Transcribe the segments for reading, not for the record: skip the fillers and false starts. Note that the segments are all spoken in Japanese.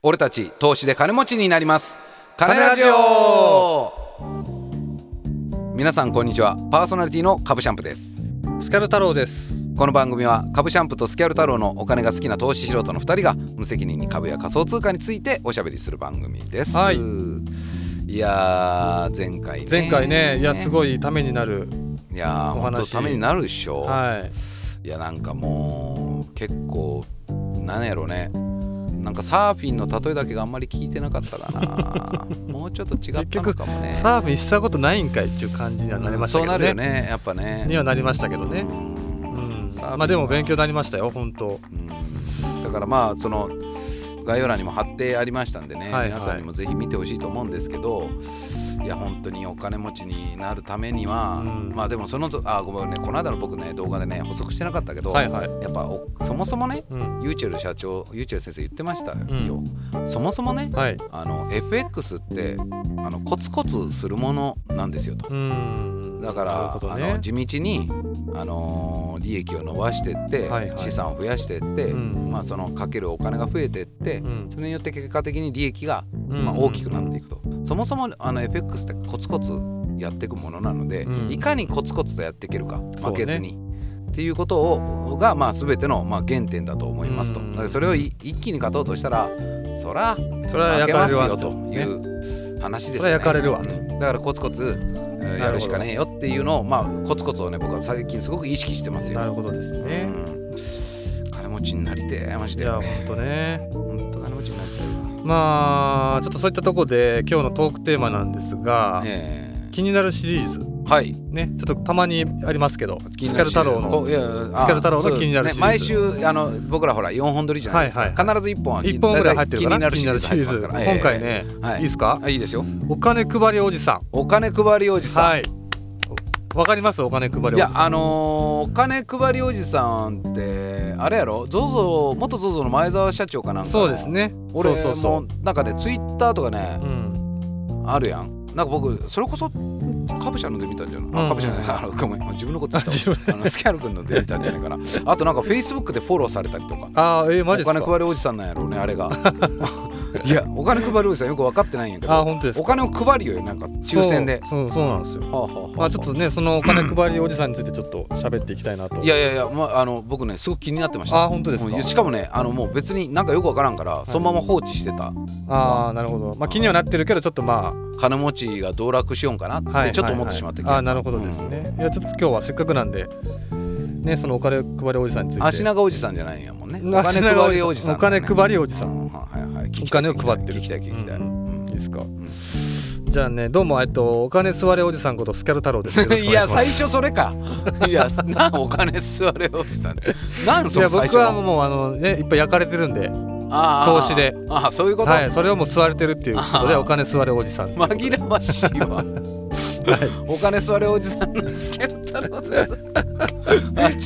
俺たち投資で金持ちになります。金ラジオ。皆さんこんにちは。パーソナリティの株シャンプです。 スキャル太郎です。 この番組は株シャンプとスキャル太郎のお金が好きな投資素人の2人が無責任に株や仮想通貨についておしゃべりする番組です。はい、いや前回ね、 いやすごいためになる。 いや本当ためになるでしょ。 はい。 いやなんかもう結構なんやろね。なんかサーフィンの例えだけがあんまり聞いてなかったかな。もうちょっと違ったのかもね。 サーフィンしたことないんかいっていう感じにはなりましたけどね。 そうなるよねやっぱね。 にはなりましたけどね。まあでも勉強になりましたよ本当。 だからまあその概要欄にも貼ってありましたんでね、皆さんにもぜひ見てほしいと思うんですけど、いや本当にお金持ちになるためには、まあでもそのごめんね、この間の僕ね動画でね補足してなかったけど、やっぱそもそもね、ユーチェル社長、ユーチェル先生言ってましたよ。そもそもね、FX ってコツコツするものなんですよと。だから地道に利益を伸ばしていって、資産を増やしていって、まあそのかけるお金が増えていって、それによって結果的に利益が大きくなっていくと。そもそもFX ってコツコツやっていくものなので、いかにコツコツとやっていけるか負けずに、っていうことがまあ全ての原点だと思いますと。だからそれを一気に勝とうとしたらそら負けますよという話ですね。 それは焼かれるわ。 だからコツコツやるしかねえよっていうのをコツコツをね僕は最近すごく意識してますよ。 なるほどですね。 金持ちになりてえマジで。いや本当ね。 本当金持ちになりたいわ。 まあちょっとそういったところで今日のトークテーマなんですが、気になるシリーズ、ね、ちょっとたまにありますけど、スキャル太郎の気になるシリーズ、 毎週僕らほら4本撮りじゃないですか。必ず1本は 1本ぐらい入ってるかな。 気になるシリーズ今回ね、いいですか？ いいですよ。 お金配りおじさん。 お金配りおじさん。 わかります？お金配りおじさん。 いやお金配りおじさんってあれやろ、元 ZOZO の前澤社長かなんか。 そうですね。 俺もなんかねツイッターとかね、あるやん。なんか僕それこそ株社ので見たんじゃない？株社じゃない、ごめん自分のこと言ったスキャル君ので見たんじゃないかな。あとなんかフェイスブックでフォローされたりとか。 マジですか？ お金配りおじさんなんやろうねあれが。いやお金配りおじさんよく分かってないんやけど、 本当ですか？ お金を配るよなんか抽選で。 そうなんですよ。まあちょっとねそのお金配りおじさんについてちょっと喋っていきたいなと。 いや僕ねすごく気になってました。 本当ですか？ しかもねもう別になんかよく分からんからそのまま放置してた。 なるほど。まあ気にはなってるけどちょっと金持ちが道楽しようかなってちょっと思ってしまって。 なるほどですね。いやちょっと今日はせっかくなんでね、そのお金配りおじさんについて。 足長おじさんじゃないんやもんね。お金配りおじさん。 お金配りおじさん。お金を配ってる。 聞きたい。いいですか？じゃあね、どうもお金座れおじさんことスキャル太郎です。 いや最初それか。いやお金座れおじさん。なんそれ最初。 僕はもういっぱい焼かれてるんで。投資で。 そういうこと。 それをもう座れてるっていうことでお金座れおじさん。 紛らわしいわ。お金座れおじさんのスキャル太郎です。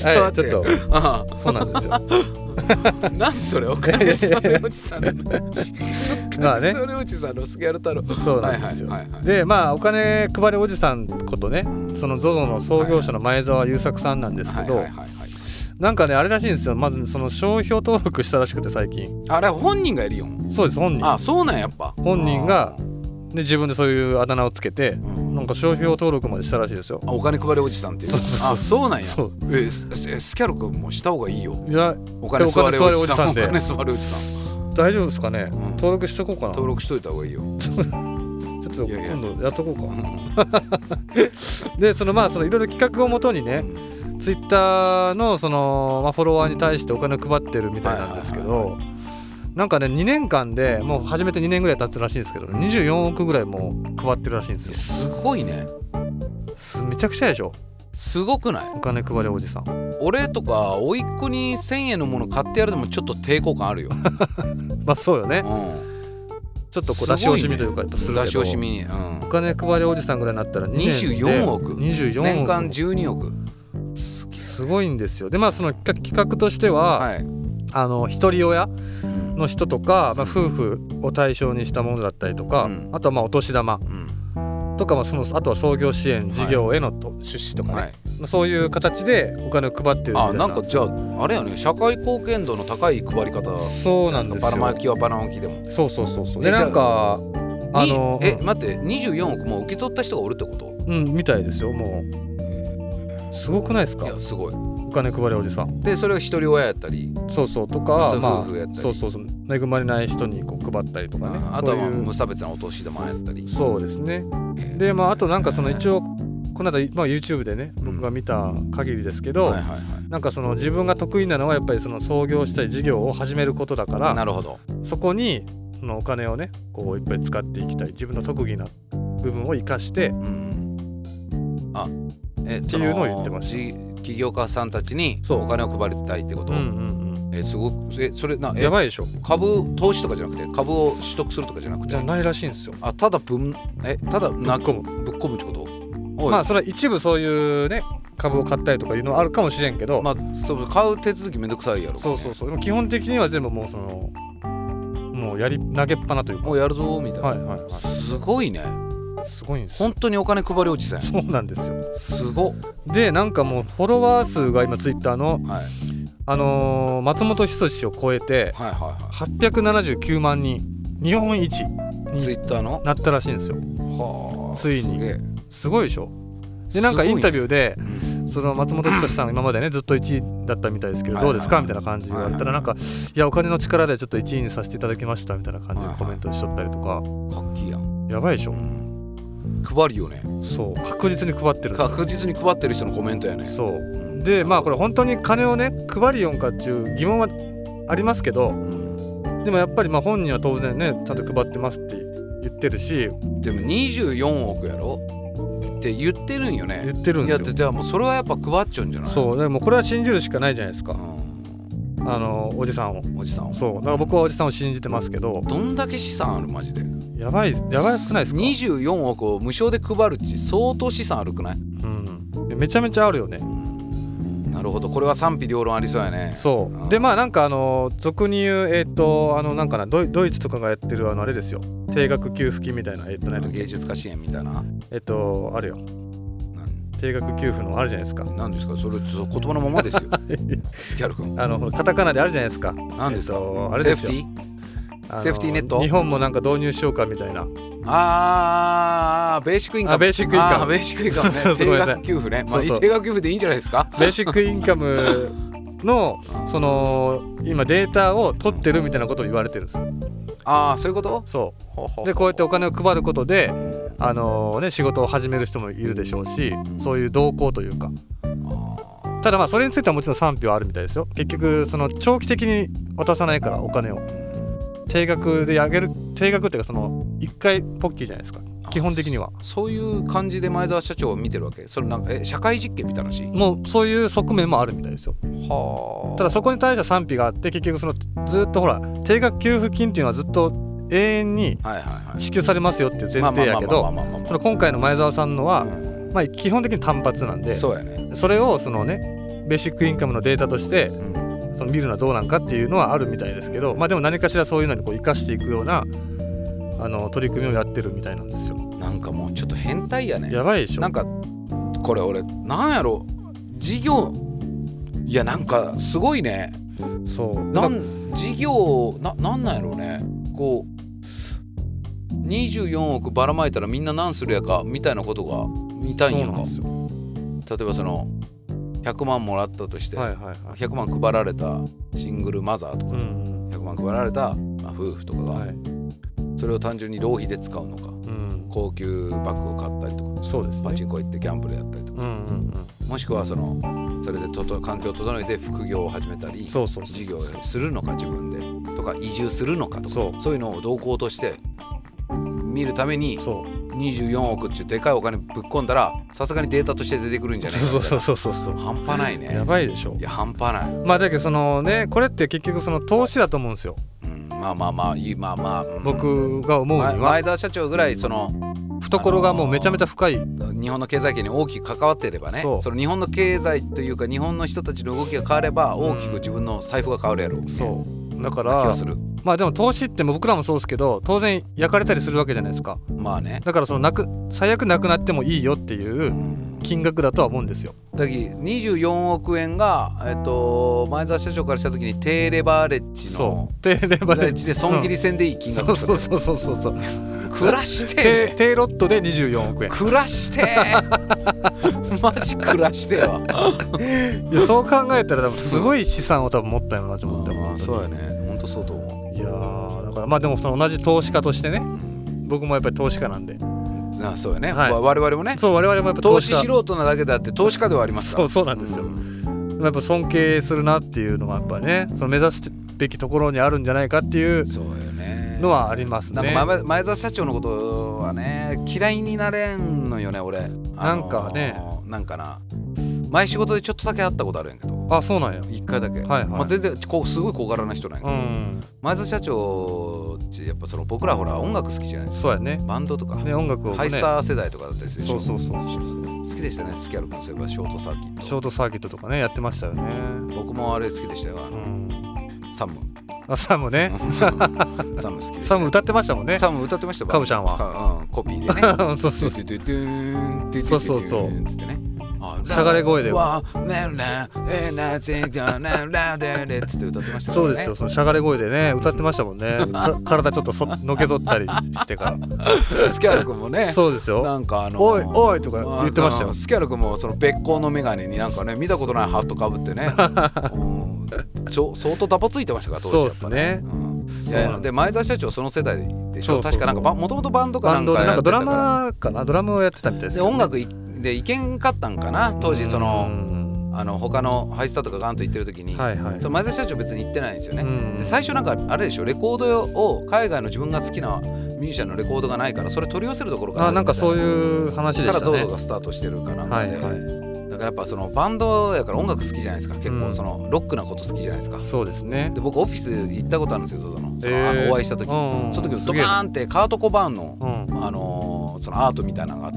ちょっとそうなんですよ。 なんそれお金座れおじさんのお金座れおじさんのスキャル太郎。 そうなんですよ。でお金配りおじさんことね、その ZOZO の創業者の前澤友作さんなんですけど、なんかねあれらしいんですよ。まずその商標登録したらしくて最近。 あれ本人がいるよ。 そうです本人。 そうなんやっぱ。 本人が自分でそういうあだ名をつけて、なんか商標登録までしたらしいですよ。 お金配りおじさんっていう。そうなんや。スキャル君もした方がいいよ。 いやお金座れおじさんで。お金座れおじさん。 大丈夫ですかね？登録しとこうかな。 登録しといた方がいいよ。 ちょっと今度やっとこうか。でそのいろいろ企画をもとにね、ツイッターのそのフォロワーに対してお金を配ってるみたいなんですけど。なんかね2年間でもう始めて2年ぐらい経つらしいんですけど24億ぐらいもう配ってるらしいんですよ。 すごいね。 めちゃくちゃでしょ。 すごくない？ お金配りおじさん。 俺とか甥っ子に1000円のもの買ってやるでもちょっと抵抗感あるよ。 そうよね。ちょっと出し惜しみというかやっぱするけど、 出し惜しみに、 お金配りおじさんぐらいになったら2年で 24億年間12億すごいんですよ。でその企画としては、一人親の人とか、夫婦を対象にしたものだったりとか、あとはお年玉とか、あとは創業支援事業への出資とかね、 そういう形でお金を配ってるみたいな。 なんかじゃああれやね、社会貢献度の高い配り方。 そうなんですよ。 ばらまきはばらまきでも。 そうでなんか待って24億もう受け取った人がおるってこと？ みたいですよ。もうすごくないですか？ いやすごい。 お金配りおじさんでそれを一人親やったりとか、 夫婦やったり、 恵まれない人にこう配ったりとかね。 あとは無差別なお年玉やったり。 そうですね。であとなんかその一応この間、YouTube でね僕が見た限りですけど、なんかその自分が得意なのはやっぱりその創業したり事業を始めることだから、 なるほど、 そこにそのお金をねこういっぱい使っていきたい、自分の特技な部分を生かして、っていうのを言ってました。 起業家さんたちにお金を配りたいってこと。すごくそれやばいでしょ。 株投資とかじゃなくて株を取得するとかじゃなくて。 じゃないらしいんですよ。 ただぶっ込むってこと。 それは一部そういうね株を買ったりとかいうのはあるかもしれんけど、 そう買う手続きめんどくさいやろ、ね。 そうでも基本的には全部もうもう投げっぱなというか、 もうやるぞみたいな。すごいね。 すごいんです。 本当にお金配りおじさん。 そうなんですよ。 すごっ。 でなんかもうフォロワー数が今ツイッターの、松本人志を超えて、879万人日本一にツイッターのなったらしいんですよ。ついにすごいでしょ。でなんかインタビューで、その松本人志さん今までねずっと1位だったみたいですけど、どうですかみたいな感じで言われたら、なんかいやお金の力でちょっと1位にさせていただきましたみたいな感じでコメントしとったりとか。 かっきいやん。 やばいでしょ。 配るよね。 そう確実に配ってる。 確実に配ってる人のコメントやね。 そうでこれ本当に金をね配りよんかっていう疑問はありますけど、でもやっぱり本人は当然ねちゃんと配ってますって言ってるし。 でも24億やろって言ってるんよね。 言ってるんですよ。 いやじゃあもうそれはやっぱ配っちゃうんじゃない？ そうでもこれは信じるしかないじゃないですか、おじさんを。そうだから僕はおじさんを信じてますけど。 どんだけ資産あるマジで。やばくないですか ？24億を無償で配るって相当資産あるくない？ めちゃめちゃあるよね。 なるほど、これは賛否両論ありそうやね。 そうでなんか俗に言うなんかなドイツとかがやってるあれですよ、定額給付金みたいな芸術家支援みたいなあるよ。定額給付のあるじゃないですか。 何ですかそれ？言葉のままですよ。スキャル君カタカナであるじゃないですか。 何ですか？ あれですよ。 セーフティーネット。 日本もなんか導入しようかみたいな。 ベーシックインカム。 ベーシックインカム。 ベーシックインカムね。定額給付ね。定額給付でいいんじゃないですか。 ベーシックインカムのその今データを取ってるみたいなことを言われてるんですよ。 そういうこと？ そうでこうやってお金を配ることで仕事を始める人もいるでしょうし、そういう動向というか。ただそれについてはもちろん賛否はあるみたいですよ。結局その長期的に渡さないからお金を定額で上げる。定額っていうか1回ポッキーじゃないですか基本的には。 そういう感じで前澤社長は見てるわけ？それなんか社会実験みたいな話？ もうそういう側面もあるみたいですよ。ただそこに対しては賛否があって、結局ずっとほら定額給付金っていうのはずっと永遠に支給されますよっていう前提やけど、今回の前澤さんのは、基本的に単発なんで、 そうやね。 それをベーシックインカムのデータとして見るのはどうなんかっていうのはあるみたいですけど、でも何かしらそういうのに生かしていくような取り組みをやってるみたいなんですよ。 なんかもうちょっと変態やね。 やばいでしょ。 なんかこれ俺なんやろ事業、いやなんかすごいね。 そう事業なんやろうね。24億ばらまいたらみんな何するやかみたいなことが見たいんやんか。例えば100万もらったとして、100万配られたシングルマザーとかさ、100万配られた夫婦とかが、それを単純に浪費で使うのか、高級バッグを買ったりとか、 そうですね、 パチンコ行ってギャンブルやったりとか、もしくはそれで環境を整えて副業を始めたり、事業をするのか自分でとか移住するのかとか、そういうのを動向として見るために24億っていうでかいお金ぶっ込んだらさすがにデータとして出てくるんじゃないか。 そう半端ないね。 やばいでしょ。 いや半端ない。 だけどこれって結局投資だと思うんですよ。僕が思うには前澤社長ぐらい懐がもうめちゃめちゃ深い、 日本の経済圏に大きく関わっていればね、その日本の経済というか日本の人たちの動きが変われば大きく自分の財布が変わるやろう、 そうだから気がする。 でも投資って僕らもそうですけど当然焼かれたりするわけじゃないですか。だから最悪なくなってもいいよっていう金額だとは思うんですよ。 だけ24億円が、前澤社長からした時に低レバレッジの低レバレッジで損切り戦でいい金額、 そう暮らして低ロットで24億円暮らしてマジ暮らしてよいやそう考えたら多分すごい資産を多分持ったよなと思って。 そうやね、本当そうと思う。 いやだからまあでもその同じ投資家としてね、僕もやっぱり投資家なんで、 そうやね、はい、我々もね、 そう我々もやっぱ投資素人なだけであって投資家ではありますから。 そうなんですよ、やっぱ尊敬するなっていうのがやっぱね、その目指すべきところにあるんじゃないかっていうのはありますね。 なんか前澤社長のことはね嫌いになれんのよね俺。 なんかね、 なんかな、前仕事でちょっとだけ会ったことあるんやけど。 あ、そうなんや。 1回だけ、 はいはい、 まあ、全然すごい小柄な人なんやけど、前澤社長ってやっぱその僕らほら音楽好きじゃないですか。 そうやね、 バンドとか、 ね、音楽を、ね、 ハイスター世代とかだったりする。 そう好きでしたね、スキャル君。そういえばショートサーキットとかねやってましたよね。 僕もあれ好きでしたよ、サム。 サムねサム好きでした。 サム歌ってましたもんね。 サム歌ってました。 カブちゃんは、 コピーでねそうつってね、しゃがれ声ではつって歌ってましたね。そうですよ、そのしゃがれ声でね歌ってましたもんね体ちょっとのけぞったりしてからスキャル君もね、 そうですよ、 なんかおいおいとか言ってましたよ。 スキャル君もそのべっ甲の眼鏡になんかね見たことないハットかぶってね相当ダボついてましたから当時やっぱね。そうですね、いやで前澤社長その世代でしょ。確かなんかもともとバンドかなんかやってたから、 ドラマかな、ドラムをやってたみたいですで音楽でいけんかったんかな当時。その他のハイスターとかガンと行ってる時に、その前澤社長別に行ってないんですよね。で最初なんかあれでしょ、レコードを海外の自分が好きなミュージシャンのレコードがないからそれ取り寄せるところからなんかそういう話でしたね。 からゾウがスタートしてるかなんかで、だからやっぱそのバンドやから音楽好きじゃないですか。結構そのロックなこと好きじゃないですか。 そうですね。 で僕オフィス行ったことあるんですよ、ゾウのお会いした時、その時ドカーンってカート・コバーンのそのアートみたいなのがあって、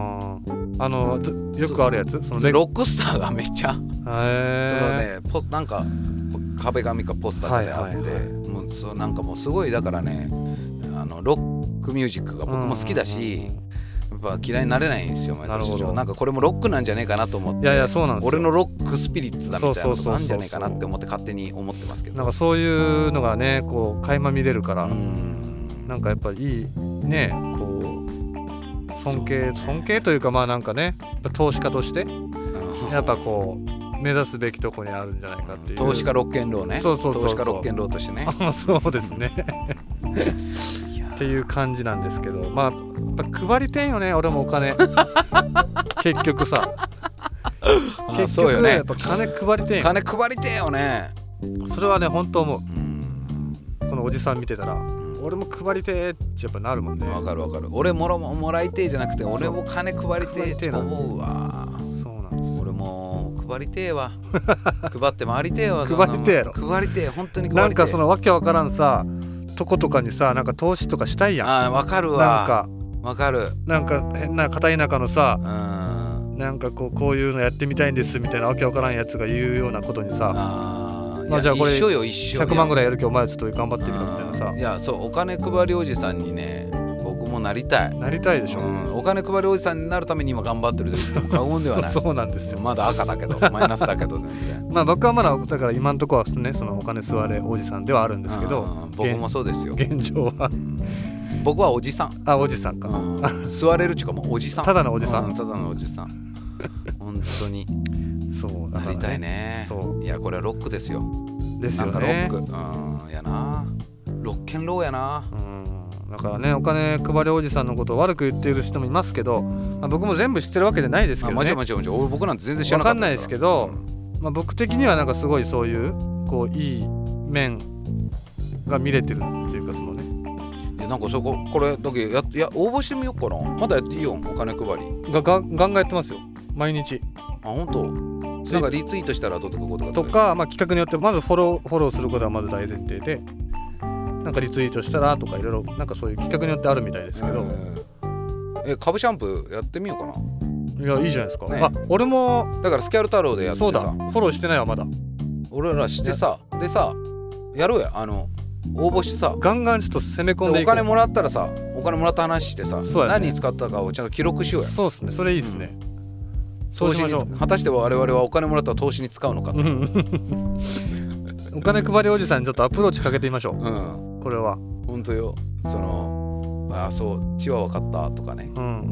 よくあるやつ、そのロックスターがめっちゃそのねなんか壁紙かポスターであって、もうなんかもうすごいだからね、ロックミュージックが僕も好きだし、やっぱ嫌いになれないんですよ。なんかこれもロックなんじゃねえかなと思って。いやそうなんですよ。俺のロックスピリッツだみたいなことあるんじゃねえかなって思って勝手に思ってますけど。 なんかそういうのがねこう垣間見れるから、なんかやっぱりいいね、こう尊敬というか、まあなんかね投資家としてやっぱこう目指すべきとこにあるんじゃないかっていう。 投資家ロッケンローね。投資家ロッケンローとしてね。 そうですねっていう感じなんですけど、まあ配りてんよね俺もお金結局さ結局やっぱ金配りてんよ。 金配りてんよね。 それはね本当思う。このおじさん見てたら俺も配りてーってやっぱなるもんね。 わかる。俺もらいてーじゃなくて俺も金配りてーって思うわ。 そうなんです。 俺も配りてーわ配って回りてーわ配りてーやろ。 配りてー本当に配りてー。 なんかそのわけわからんさとことかにさなんか投資とかしたいやん。 わかるわ。わかる。 なんか変な片田舎のさ、なんかこういうのやってみたいんですみたいなわけわからんやつが言うようなことにさ、じゃあこれ100万ぐらいやるけどお前ちょっと頑張ってみろみたいなさ。 いやそうお金配りおじさんにね僕もなりたいでしょ、 お金配りおじさんになるために今頑張ってるです過言ではないそうなんですよ。 まだ赤だけどマイナスだけど全然まあ僕はまだだから今のところはねそのお金吸われおじさんではあるんですけど、 僕もそうですよ現状は、 僕はおじさん。 おじさんか、 吸われるっていうかもうおじさん。 ただのおじさん、 ただのおじさん本当にそうなりたいね。いやこれはロックですよ。 ですよね。 なんかロックやな、ロッケンローやな。 だからねお金配りおじさんのことを悪く言っている人もいますけど、僕も全部知ってるわけじゃないですけどね。 もちろん僕なんて全然知らなかった分かんないですけど、僕的にはなんかすごいそういうこういい面が見れてるっていうかそのね。 いやなんかこれだけ応募してみようかな。まだやっていいよお金配り。 ガンガンやってますよ毎日。 本当。なんかリツイートしたらどうとかこうとかとか、企画によってまずフォローすることはまず大前提で、なんかリツイートしたらとかいろいろなんかそういう企画によってあるみたいですけど、 株シャンプーやってみようかな。 いやいいじゃないですか、俺もだからスキャル太郎でやってさ。 そうだフォローしてないわまだ。 俺らしてさでさやろうや応募してさガンガンちょっと攻め込んでいこう。 お金もらった話してさ、何に使ったかをちゃんと記録しようや。 そうですね、それいいですね。 そうしましょう。 果たして我々はお金もらったら投資に使うのかとお金配りおじさんにちょっとアプローチかけてみましょう、これは本当よ。そうチワワ買ったとかね、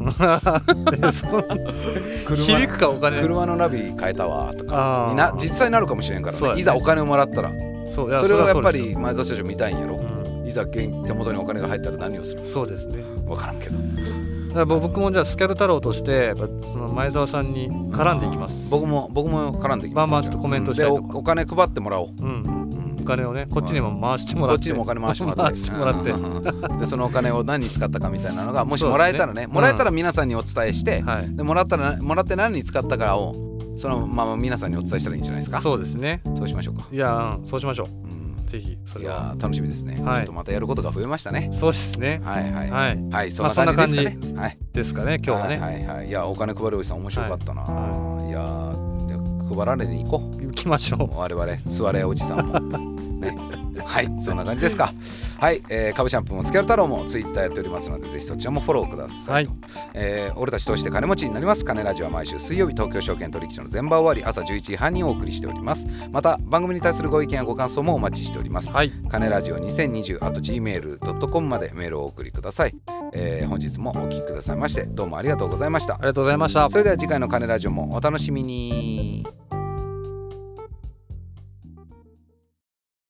響くかお金、 車のナビ変えたわとか実際になるかもしれんからね、いざお金をもらったらそれをやっぱり前澤社長見たいんやろ、いざ手元にお金が入ったら何をする。 そうですね、 分からんけど、 だから僕もじゃあスキャル太郎としてその前澤さんに絡んでいきます。 僕も絡んでいきます。 まあちょっとコメントしたりとか、 お金配ってもらおう。 お金をねこっちにも回してもらって、 こっちにもお金回してもらってでそのお金を何に使ったかみたいなのがもしもらえたらね、もらえたら皆さんにお伝えして、でもらって何に使ったかをそのまま皆さんにお伝えしたらいいんじゃないですか。 そうですね、 そうしましょうか。 いやそうしましょう、ぜひそれは。 いや楽しみですね、ちょっとまたやることが増えましたね。 そうですね、 はいそんな感じですかね。 ですかね今日はね。 いやお金配るおじさん面白かったな。いや配られていこう。 行きましょう。 我々座れおじさんもね。はいそんな感じですか。はい、株シャンプーもスキャル太郎もツイッターやっておりますのでぜひそちらもフォローください。俺たち通して金持ちになります金ラジオは毎週水曜日東京証券取引所の全場終わり朝11時半にお送りしております。また番組に対するご意見やご感想もお待ちしております。金ラジオ2020@gmail.com までメールをお送りください。本日もお聞きくださいましてどうもありがとうございました。 ありがとうございました。 それでは次回の金ラジオもお楽しみに。